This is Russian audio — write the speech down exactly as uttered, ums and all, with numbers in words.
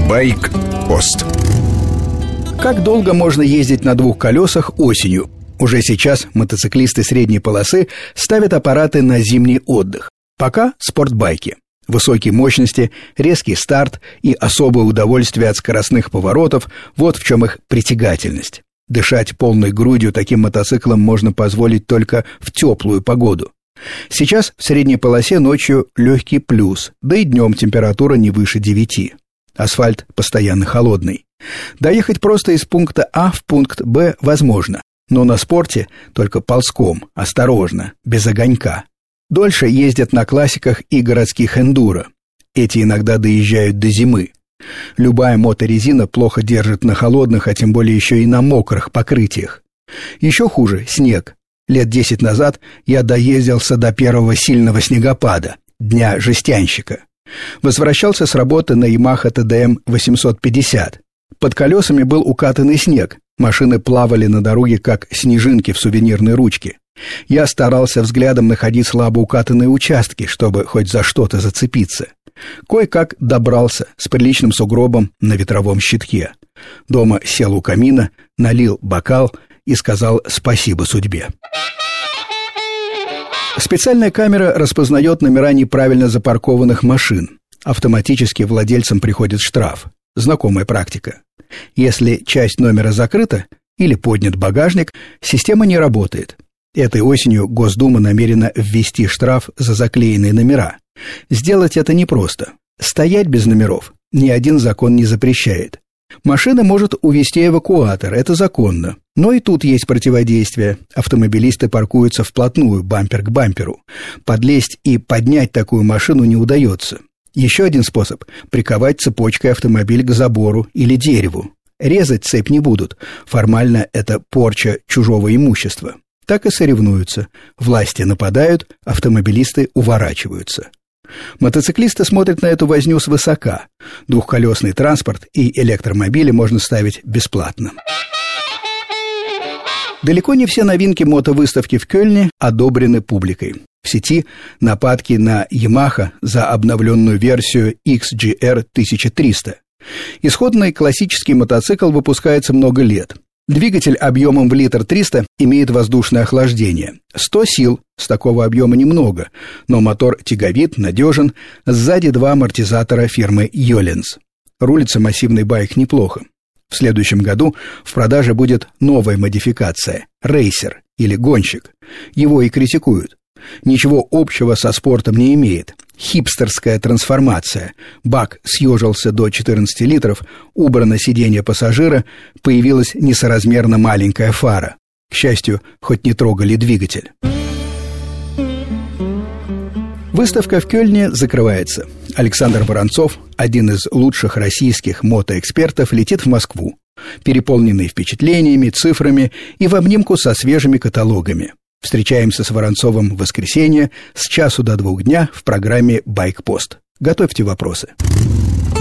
Байк-пост. Как долго можно ездить на двух колесах осенью? Уже сейчас мотоциклисты средней полосы ставят аппараты на зимний отдых. Пока спортбайки. Высокие мощности, резкий старт и особое удовольствие от скоростных поворотов – вот в чем их притягательность. Дышать полной грудью таким мотоциклом можно позволить только в теплую погоду. Сейчас в средней полосе ночью легкий плюс, да и днем температура не выше девяти. Асфальт постоянно холодный. Доехать просто из пункта А в пункт Б возможно, но на спорте только ползком, осторожно, без огонька. Дольше ездят на классиках и городских эндуро. Эти иногда доезжают до зимы. Любая моторезина плохо держит на холодных, а тем более еще и на мокрых покрытиях. Еще хуже – снег. Лет десять назад я доездился до первого сильного снегопада, дня жестянщика. Возвращался с работы на Yamaha тэ дэ эм восемьсот пятьдесят. Под колесами был укатанный снег. Машины плавали на дороге, как снежинки в сувенирной ручке. Я старался взглядом находить слабо укатанные участки, чтобы хоть за что-то зацепиться. Кое-как добрался с приличным сугробом на ветровом щитке. Дома сел у камина, налил бокал и сказал спасибо судьбе. Специальная камера распознает номера неправильно запаркованных машин. Автоматически владельцам приходит штраф. Знакомая практика. Если часть номера закрыта или поднят багажник, система не работает. Этой осенью Госдума намерена ввести штраф за заклеенные номера. Сделать это непросто. Стоять без номеров ни один закон не запрещает. Машина может увезти эвакуатор, это законно. Но и тут есть противодействие. Автомобилисты паркуются вплотную, бампер к бамперу. Подлезть и поднять такую машину не удается. Еще один способ – приковать цепочкой автомобиль к забору или дереву. Резать цепь не будут. Формально это порча чужого имущества. Так и соревнуются. Власти нападают, автомобилисты уворачиваются. Мотоциклисты смотрят на эту возню свысока. Двухколесный транспорт и электромобили можно ставить бесплатно. Далеко не все новинки мотовыставки в Кёльне одобрены публикой. В сети нападки на Yamaha за обновленную версию икс джи эр тысяча триста. Исходный классический мотоцикл выпускается много лет. Двигатель объемом в литр триста имеет воздушное охлаждение. сто сил, с такого объема немного, но мотор тяговит, надежен, сзади два амортизатора фирмы Йоленс. Рулится массивный байк неплохо. В следующем году в продаже будет новая модификация – рейсер или гонщик. Его и критикуют. Ничего общего со спортом не имеет. Хипстерская трансформация. Бак съежился до четырнадцати литров, убрано сиденье пассажира, появилась несоразмерно маленькая фара. К счастью, хоть не трогали двигатель. Выставка в Кёльне закрывается. Александр Воронцов, один из лучших российских мотоэкспертов, летит в Москву, переполненный впечатлениями, цифрами и в обнимку со свежими каталогами. Встречаемся с Воронцовым в воскресенье с часу до двух дня в программе «Байк-пост». Готовьте вопросы.